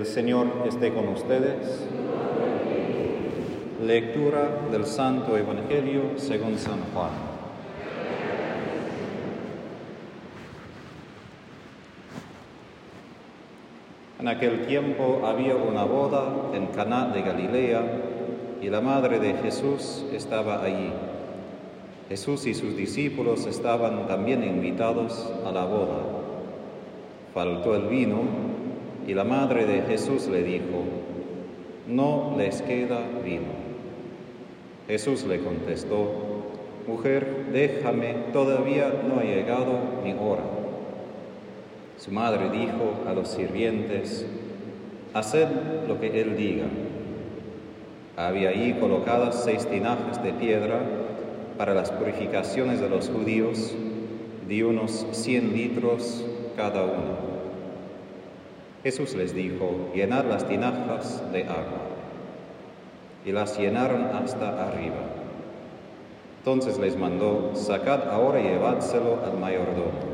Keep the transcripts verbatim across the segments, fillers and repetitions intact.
El Señor esté con ustedes. Lectura del Santo Evangelio según San Juan. En aquel tiempo había una boda en Caná de Galilea y la madre de Jesús estaba allí. Jesús y sus discípulos estaban también invitados a la boda. Faltó el vino y la madre de Jesús le dijo: «No les queda vino». Jesús le contestó: «Mujer, déjame, todavía no ha llegado mi hora». Su madre dijo a los sirvientes: «Haced lo que él diga». Había allí colocadas seis tinajas de piedra para las purificaciones de los judíos, de unos cien litros cada una. Jesús les dijo: «Llenad las tinajas de agua». Y las llenaron hasta arriba. Entonces les mandó: «Sacad ahora y llevádselo al mayordomo».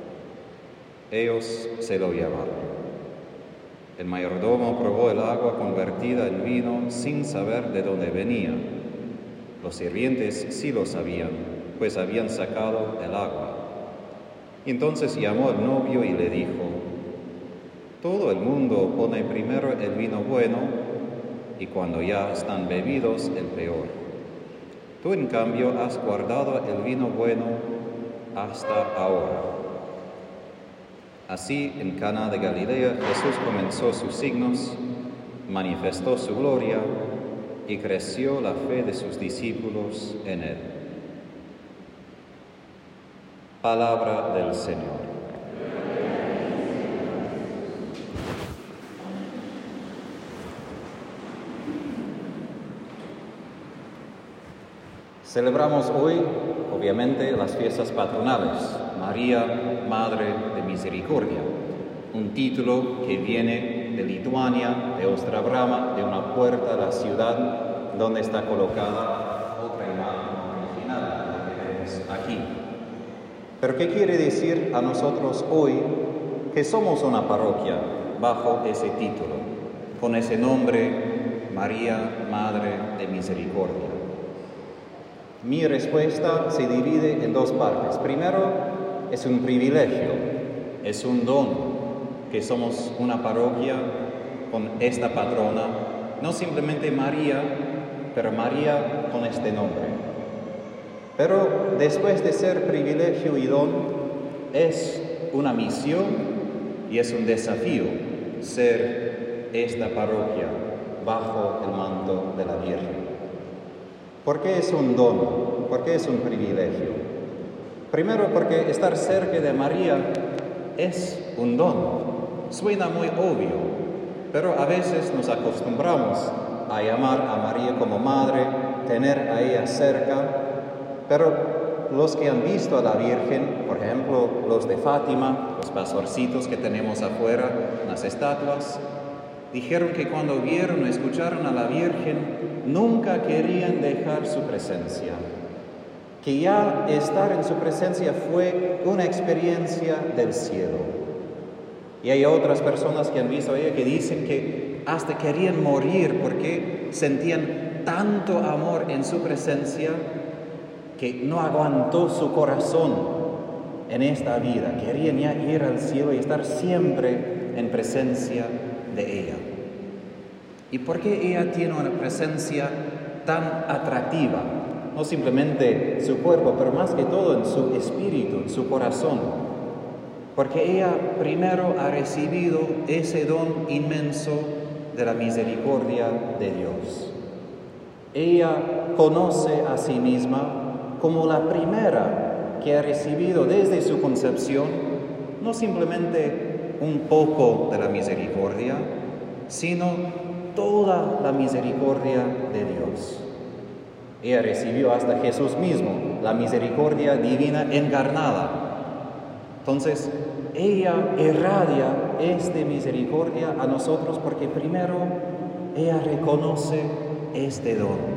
Ellos se lo llevaron. El mayordomo probó el agua convertida en vino sin saber de dónde venía. Los sirvientes sí lo sabían, pues habían sacado el agua. Entonces llamó al novio y le dijo: «Todo el mundo pone primero el vino bueno, y cuando ya están bebidos, el peor. Tú, en cambio, has guardado el vino bueno hasta ahora». Así, en Caná de Galilea, Jesús comenzó sus signos, manifestó su gloria y creció la fe de sus discípulos en él. Palabra del Señor. Celebramos hoy, obviamente, las fiestas patronales, María, Madre de Misericordia, un título que viene de Lituania, de Ostrabrama, de una puerta a la ciudad donde está colocada otra imagen original, la que vemos aquí. Pero ¿qué quiere decir a nosotros hoy que somos una parroquia bajo ese título, con ese nombre, María, Madre de Misericordia? Mi respuesta se divide en dos partes. Primero, es un privilegio, es un don que somos una parroquia con esta patrona, no simplemente María, pero María con este nombre. Pero después de ser privilegio y don, es una misión y es un desafío ser esta parroquia bajo el manto de la Virgen. ¿Por qué es un don? ¿Por qué es un privilegio? Primero, porque estar cerca de María es un don. Suena muy obvio, pero a veces nos acostumbramos a llamar a María como madre, tener a ella cerca, pero los que han visto a la Virgen, por ejemplo, los de Fátima, los pastorcitos que tenemos afuera, las estatuas, dijeron que cuando vieron o escucharon a la Virgen, nunca querían dejar su presencia, que ya estar en su presencia fue una experiencia del cielo. Y hay otras personas que han visto a ella que dicen que hasta querían morir porque sentían tanto amor en su presencia que no aguantó su corazón en esta vida. Querían ya ir al cielo y estar siempre en presencia de ella. ¿Y por qué ella tiene una presencia tan atractiva? No simplemente su cuerpo, pero más que todo en su espíritu, en su corazón. Porque ella primero ha recibido ese don inmenso de la misericordia de Dios. Ella conoce a sí misma como la primera que ha recibido desde su concepción, no simplemente un poco de la misericordia, sino toda la misericordia de Dios. Ella recibió hasta Jesús mismo, la misericordia divina encarnada. Entonces, ella irradia esta misericordia a nosotros porque primero ella reconoce este don.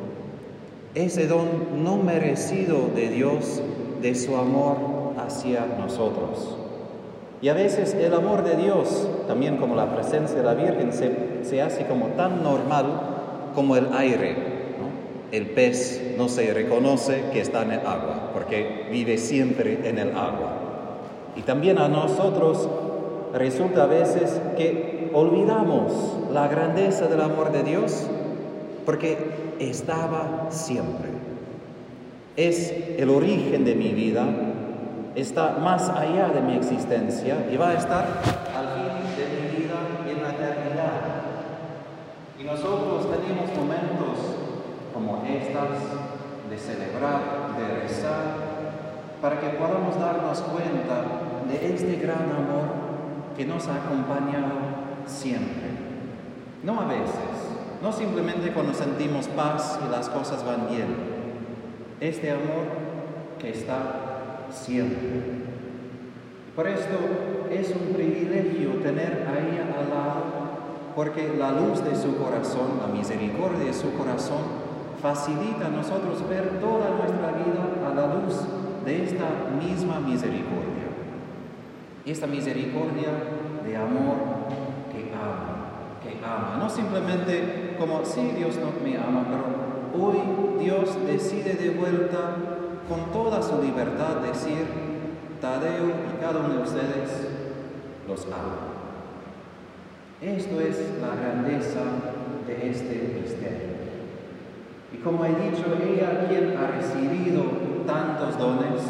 Ese don no merecido de Dios, de su amor hacia nosotros. Y a veces el amor de Dios, también como la presencia de la Virgen, se, se hace como tan normal como el aire, ¿no? El pez no se reconoce que está en el agua, porque vive siempre en el agua. Y también a nosotros resulta a veces que olvidamos la grandeza del amor de Dios, porque estaba siempre. Es el origen de mi vida, está más allá de mi existencia y va a estar al fin de mi vida en la eternidad. Y nosotros tenemos momentos como estos de celebrar, de rezar, para que podamos darnos cuenta de este gran amor que nos ha acompañado siempre. No a veces, no simplemente cuando sentimos paz y las cosas van bien. Este amor que está siempre. Por esto es un privilegio tener a ella al lado, porque la luz de su corazón, la misericordia de su corazón, facilita a nosotros ver toda nuestra vida a la luz de esta misma misericordia. Esta misericordia de amor que ama, que ama. No simplemente como, sí, Dios no me ama, pero hoy Dios decide de vuelta con toda su libertad decir, Tadeo y cada uno de ustedes los amo. Esto es la grandeza de este misterio. Y como he dicho, ella quien ha recibido tantos dones,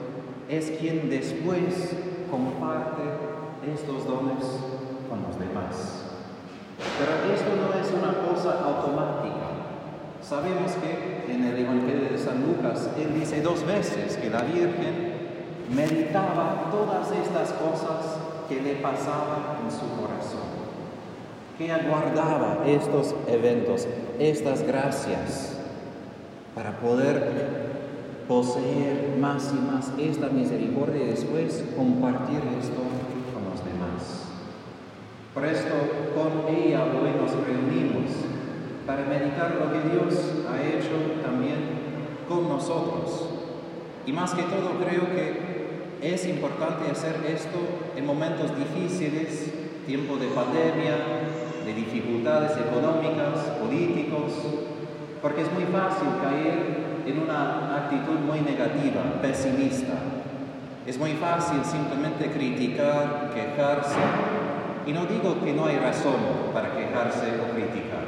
es quien después comparte estos dones con los demás. Pero esto no es una cosa automática. Sabemos que en el Evangelio de San Lucas, él dice dos veces que la Virgen meditaba todas estas cosas que le pasaban en su corazón, que ella guardaba estos eventos, estas gracias, para poder poseer más y más esta misericordia y después compartir esto con los demás. Por esto, con ella hoy nos reunimos para meditar lo que Dios ha hecho también con nosotros. Y más que todo creo que es importante hacer esto en momentos difíciles, tiempo de pandemia, de dificultades económicas, políticos, porque es muy fácil caer en una actitud muy negativa, pesimista. Es muy fácil simplemente criticar, quejarse, y no digo que no hay razón para quejarse o criticar,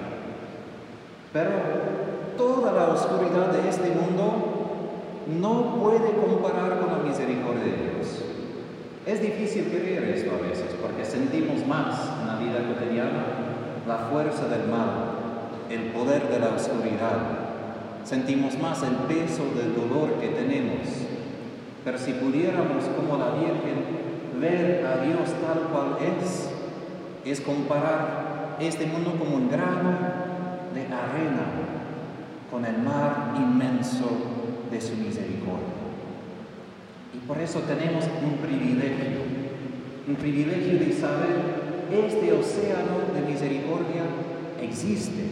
pero toda la oscuridad de este mundo no puede comparar con la misericordia de Dios. Es difícil creer esto a veces, porque sentimos más en la vida cotidiana la fuerza del mal, el poder de la oscuridad. Sentimos más el peso del dolor que tenemos. Pero si pudiéramos, como la Virgen, ver a Dios tal cual es, es comparar este mundo como un grano de arena con el mar inmenso de su misericordia. Y por eso tenemos un privilegio, un privilegio de saber este océano de misericordia existe.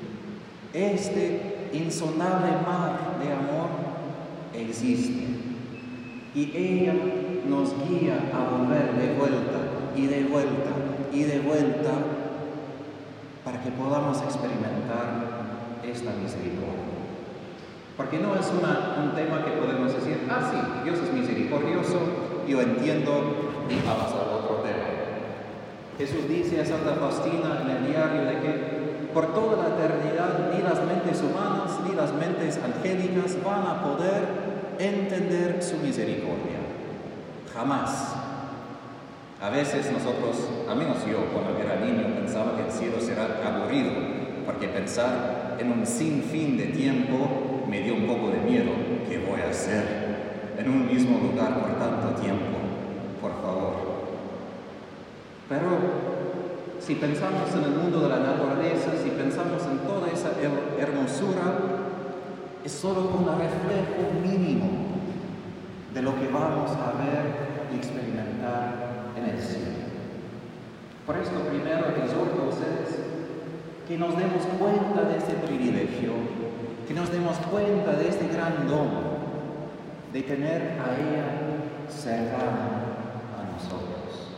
Este insondable mar de amor existe. Y ella nos guía a volver de vuelta y de vuelta y de vuelta para que podamos experimentar esta misericordia. Porque no es una, un tema que podemos decir, ah, sí, Dios es misericordioso, yo entiendo y vamos al otro tema. Jesús dice a Santa Faustina en el diario de que por toda la eternidad ni las mentes humanas ni las mentes angélicas van a poder entender su misericordia. Jamás. A veces nosotros, a menos yo cuando era niño, pensaba que el cielo será aburrido, porque pensar en un sinfín de tiempo me dio un poco de miedo. ¿Qué voy a hacer en un mismo lugar por tanto tiempo? Por favor. Pero si pensamos en el mundo de la naturaleza, si pensamos en toda esa hermosura, es solo un reflejo mínimo de lo que vamos a ver y experimentar en el cielo. Por esto primero exhorto a ustedes que nos demos cuenta de este privilegio, que nos demos cuenta de este gran don de tener a ella cercana a nosotros.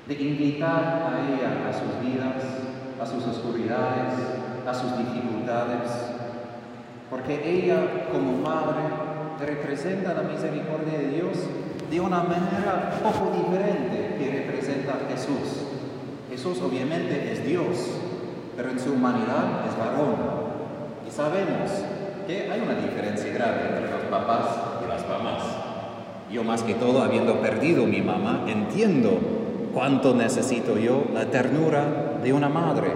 de invitar a ella a sus vidas, a sus oscuridades, a sus dificultades, porque ella como madre representa la misericordia de Dios de una manera poco diferente que representa a Jesús. Jesús obviamente es Dios, pero en su humanidad es varón. Y sabemos que hay una diferencia grave entre los papás y las mamás. Yo más que todo, habiendo perdido mi mamá, entiendo cuánto necesito yo la ternura de una madre.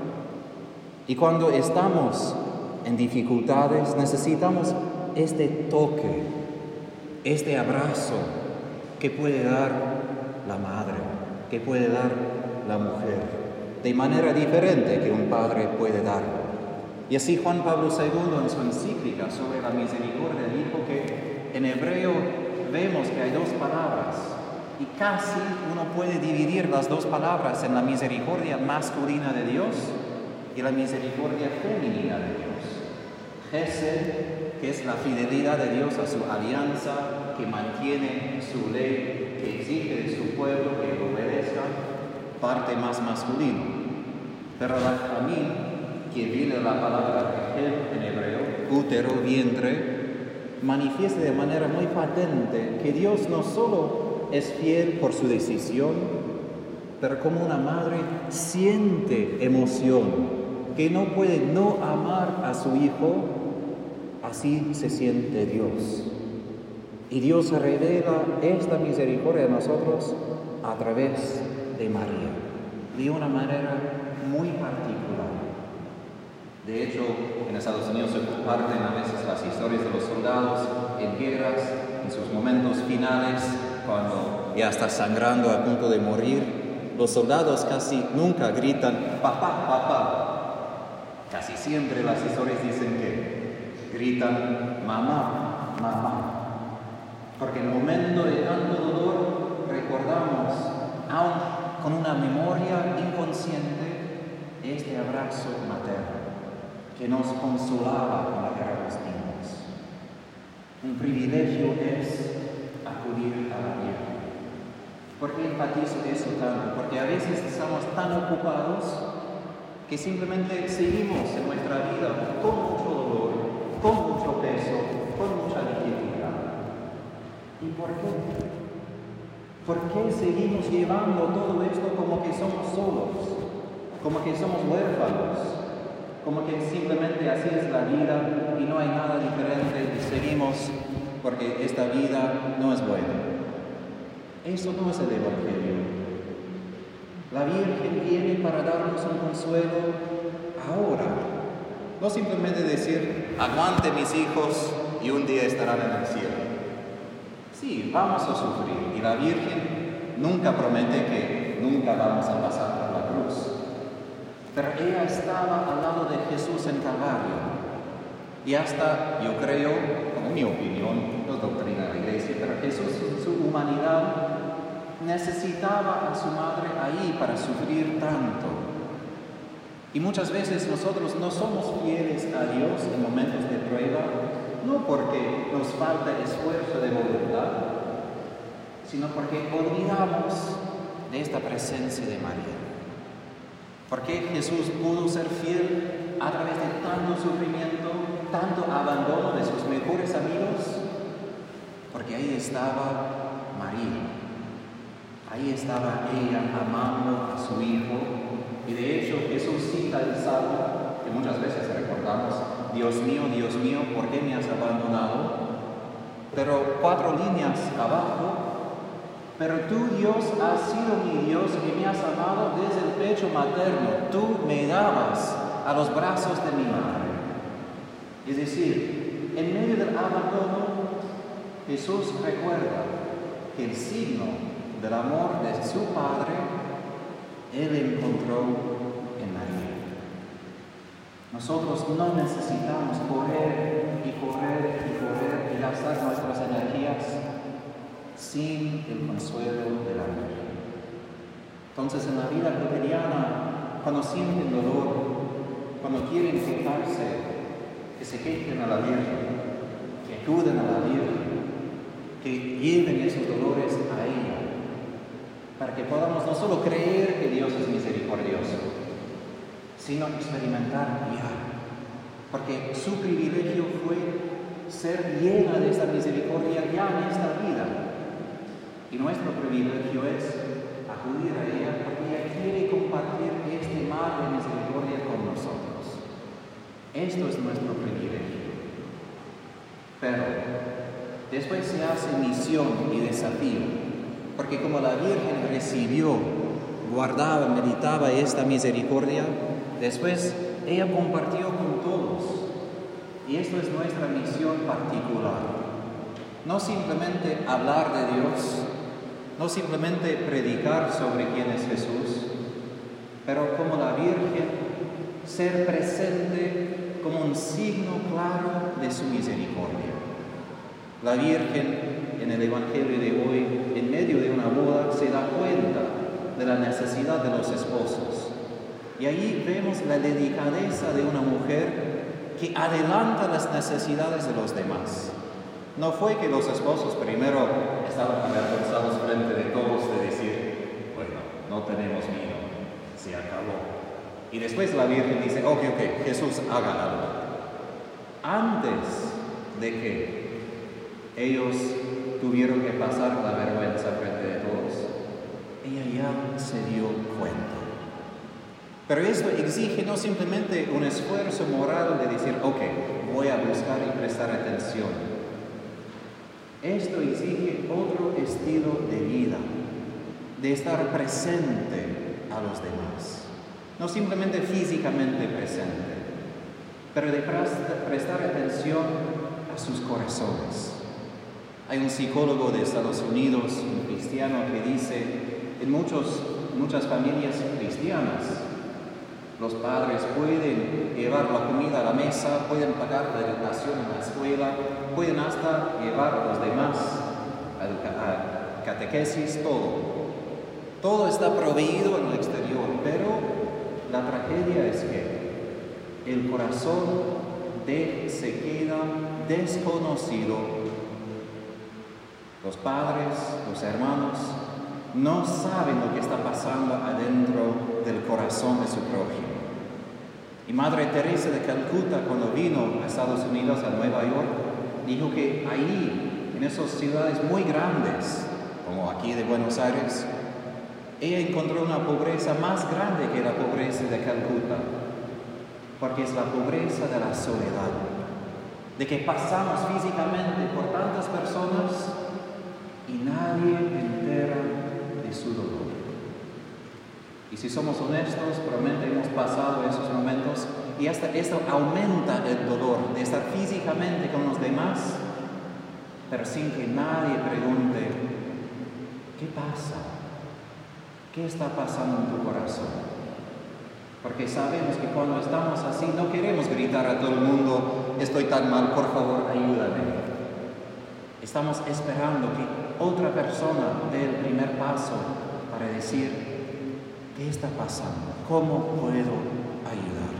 Y cuando estamos en dificultades, necesitamos este toque, este abrazo que puede dar la madre, que puede dar la mujer, de manera diferente que un padre puede darlo. Y así Juan Pablo segundo en su encíclica sobre la misericordia dijo que en hebreo vemos que hay dos palabras y casi uno puede dividir las dos palabras en la misericordia masculina de Dios y la misericordia femenina de Dios. Gesed, que es la fidelidad de Dios a su alianza, que mantiene su ley, que exige de su pueblo que lo obedezca, parte más masculino. Pero la famín, que viene de la palabra Rachel en hebreo, útero, vientre, manifiesta de manera muy patente que Dios no solo es fiel por su decisión, pero como una madre siente emoción, que no puede no amar a su hijo, así se siente Dios. Y Dios revela esta misericordia a nosotros a través de María, de una manera muy particular. De hecho, en Estados Unidos se comparten a veces las historias de los soldados en guerras, en sus momentos finales, cuando ya está sangrando a punto de morir. Los soldados casi nunca gritan, papá, papá. Casi siempre las historias dicen que gritan, mamá, mamá. Porque en el momento de tanto dolor recordamos, aún con una memoria inconsciente, este abrazo materno que nos consolaba con la guerra de los niños. Un privilegio es acudir a la Virgen. ¿Por qué enfatizo eso tanto? Porque a veces estamos tan ocupados que simplemente seguimos en nuestra vida con mucho dolor, con mucho peso, con mucha dificultad. ¿Y por qué? ¿Por qué seguimos llevando todo esto como que somos solos, como que somos huérfanos, como que simplemente así es la vida y no hay nada diferente y seguimos porque esta vida no es buena? Eso no es el Evangelio. La Virgen viene para darnos un consuelo ahora. No simplemente decir, aguante mis hijos y un día estarán en el cielo. Sí, vamos a sufrir y la Virgen nunca promete que nunca vamos a pasar por la cruz. Pero ella estaba al lado de Jesús en Calvario. Y hasta, yo creo, como mi opinión, no es doctrina de la Iglesia, pero Jesús en su humanidad necesitaba a su madre ahí para sufrir tanto. Y muchas veces nosotros no somos fieles a Dios en momentos de prueba, no porque nos falta esfuerzo de voluntad, sino porque olvidamos de esta presencia de María. ¿Por qué Jesús pudo ser fiel a través de tanto sufrimiento, tanto abandono de sus mejores amigos? Porque ahí estaba María. Ahí estaba ella amando a su hijo. Y de hecho Jesús cita el Salmo, que muchas veces recordamos, Dios mío, Dios mío, ¿por qué me has abandonado? Pero cuatro líneas abajo, pero tú, Dios, has sido mi Dios y me has amado desde el pecho materno. Tú me dabas a los brazos de mi madre. Es decir, en medio del abandono, Jesús recuerda que el signo del amor de su Padre, Él encontró en María. Nosotros no necesitamos correr y correr y correr y gastar nuestras energías sin el consuelo de la Virgen. Entonces, en la vida cotidiana, cuando sienten dolor, cuando quieren quejarse, que se quejen a la Virgen, que acuden a la Virgen, que lleven esos dolores a ella. para que podamos no solo creer que Dios es misericordioso, sino experimentar ya. Porque su privilegio fue ser llena de esta misericordia ya en esta vida. Y nuestro privilegio es acudir a ella porque ella quiere compartir este mar de misericordia con nosotros. Esto es nuestro privilegio. Pero después se hace misión y desafío. Porque como la Virgen recibió, guardaba, meditaba esta misericordia, después ella compartió con todos. Y esto es nuestra misión particular. No simplemente hablar de Dios, no simplemente predicar sobre quién es Jesús, pero como la Virgen, ser presente como un signo claro de su misericordia. La Virgen, en el Evangelio de hoy, en medio de una boda, se da cuenta de la necesidad de los esposos. Y ahí vemos la delicadeza de una mujer que adelanta las necesidades de los demás. No fue que los esposos primero estaban avergonzados frente de todos de decir, bueno, no tenemos vino, se acabó. Y después la Virgen dice, ok, ok, Jesús haga algo. Antes de que ellos tuvieron que pasar la vergüenza frente de todos, ella ya se dio cuenta. Pero esto exige no simplemente un esfuerzo moral de decir, ok, voy a buscar y prestar atención. Esto exige otro estilo de vida, de estar presente a los demás. No simplemente físicamente presente, pero de prestar atención a sus corazones. Hay un psicólogo de Estados Unidos, un cristiano, que dice, en muchos, muchas familias cristianas, los padres pueden llevar la comida a la mesa, pueden pagar la educación en la escuela, pueden hasta llevar a los demás a catequesis, todo. Todo está proveído en el exterior, pero la tragedia es que el corazón de, se queda desconocido. Los padres, los hermanos, no saben lo que está pasando adentro del corazón de su prójimo. Y Madre Teresa de Calcuta, cuando vino a Estados Unidos, a Nueva York, dijo que ahí, en esas ciudades muy grandes, como aquí de Buenos Aires, ella encontró una pobreza más grande que la pobreza de Calcuta, porque es la pobreza de la soledad, de que pasamos físicamente por tantas personas y nadie entera de su dolor. Y si somos honestos, probablemente hemos pasado esos momentos y hasta esto aumenta el dolor de estar físicamente con los demás, pero sin que nadie pregunte, ¿qué pasa? ¿Qué está pasando en tu corazón? Porque sabemos que cuando estamos así no queremos gritar a todo el mundo, estoy tan mal, por favor, ayúdame. Estamos esperando que otra persona dé el primer paso para decir, ¿qué está pasando? ¿Cómo puedo ayudar?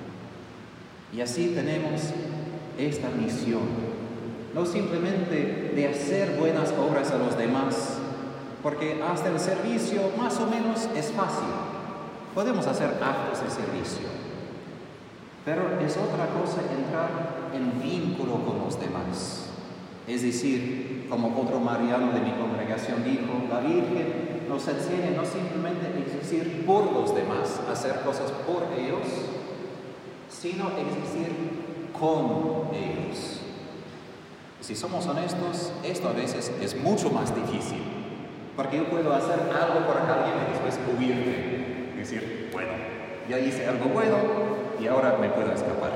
Y así tenemos esta misión, no simplemente de hacer buenas obras a los demás, porque hasta el servicio más o menos es fácil. Podemos hacer actos de servicio, pero es otra cosa entrar en vínculo con los demás. Es decir, como otro mariano de mi congregación dijo, la Virgen nos enseña no simplemente a existir por los demás, hacer cosas por ellos, sino existir con ellos. Si somos honestos, esto a veces es mucho más difícil, porque yo puedo hacer algo por alguien y después huirme, decir, bueno, ya hice algo bueno y ahora me puedo escapar.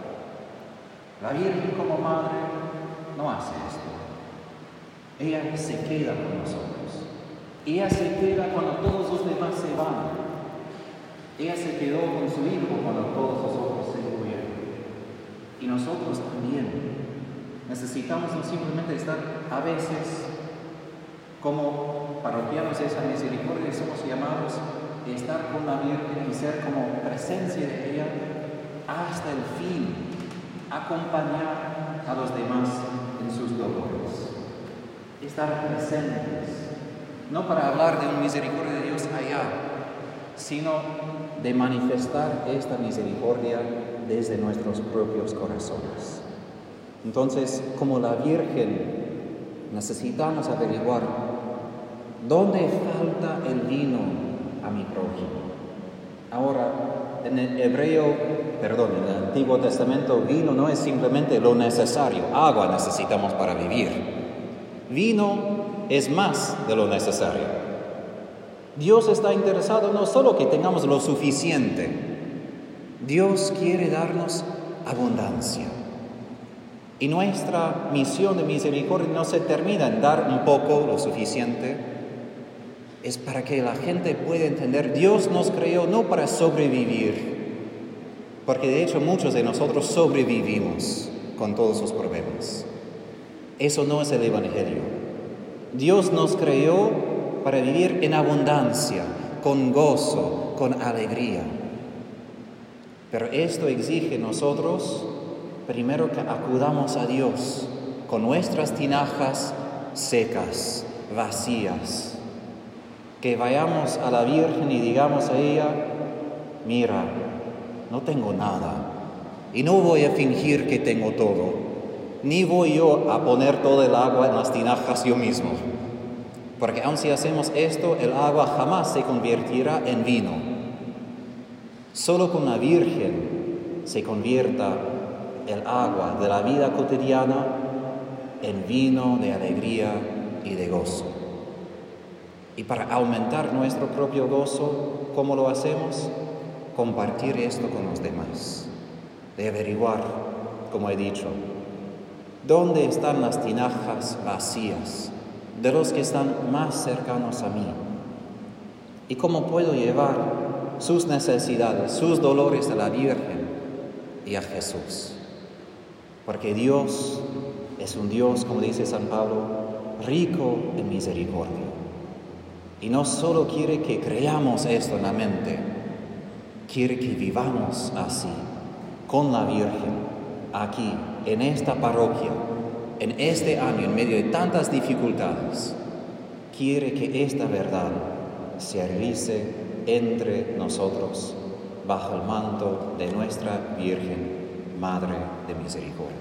La Virgen como madre no hace esto. Ella se queda con nosotros. Ella se queda cuando todos los demás se van. Ella se quedó con su hijo cuando todos los otros se murieron. Y nosotros también necesitamos no simplemente estar a veces como parroquianos de esa misericordia, somos llamados a estar con la Virgen y ser como presencia de ella hasta el fin, acompañar a los demás en sus dolores, estar presentes, no para hablar de una misericordia de Dios allá, sino de manifestar esta misericordia desde nuestros propios corazones. Entonces, como la Virgen, necesitamos averiguar dónde falta el vino a mi prójimo. Ahora, en el hebreo, perdón, en el Antiguo Testamento, vino no es simplemente lo necesario, agua necesitamos para vivir. Vino es más de lo necesario. Dios está interesado no solo que tengamos lo suficiente, Dios quiere darnos abundancia. Y nuestra misión de misericordia no se termina en dar un poco, lo suficiente. Es para que la gente pueda entender, Dios nos creó no para sobrevivir, porque de hecho muchos de nosotros sobrevivimos con todos sus problemas. Eso no es el Evangelio. Dios nos creó para vivir en abundancia, con gozo, con alegría. Pero esto exige nosotros primero que acudamos a Dios con nuestras tinajas secas, vacías. Que vayamos a la Virgen y digamos a ella, mira, no tengo nada y no voy a fingir que tengo todo, ni voy yo a poner todo el agua en las tinajas yo mismo. Porque aun si hacemos esto, el agua jamás se convertirá en vino. Solo con la Virgen se convierta el agua de la vida cotidiana en vino de alegría y de gozo. Y para aumentar nuestro propio gozo, ¿cómo lo hacemos? Compartir esto con los demás. De averiguar, como he dicho, dónde están las tinajas vacías de los que están más cercanos a mí. Y cómo puedo llevar sus necesidades, sus dolores a la Virgen y a Jesús. Porque Dios es un Dios, como dice San Pablo, rico en misericordia. Y no solo quiere que creamos esto en la mente, quiere que vivamos así, con la Virgen, aquí, en esta parroquia, en este año, en medio de tantas dificultades. Quiere que esta verdad se realice entre nosotros, bajo el manto de nuestra Virgen, Madre de Misericordia.